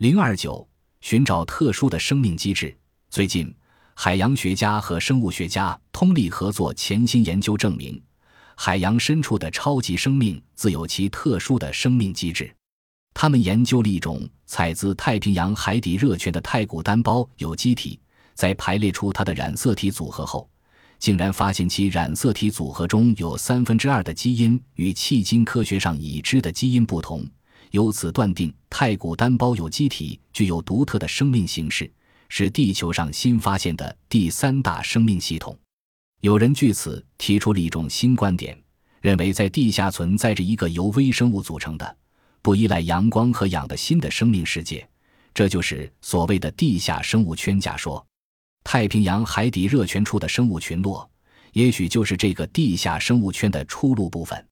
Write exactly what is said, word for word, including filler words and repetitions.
零二九寻找特殊的生命机制。最近，海洋学家和生物学家通力合作，潜心研究证明，海洋深处的超级生命自有其特殊的生命机制。他们研究了一种采自太平洋海底热泉的太古单胞有机体，在排列出它的染色体组合后，竟然发现其染色体组合中有三分之二的基因与迄今科学上已知的基因不同，由此断定太古单胞有机体具有独特的生命形式，是地球上新发现的第三大生命系统。有人据此提出了一种新观点，认为在地下存在着一个由微生物组成的、不依赖阳光和氧的新的生命世界，这就是所谓的地下生物圈假说。太平洋海底热泉处的生物群落，也许就是这个地下生物圈的出路部分。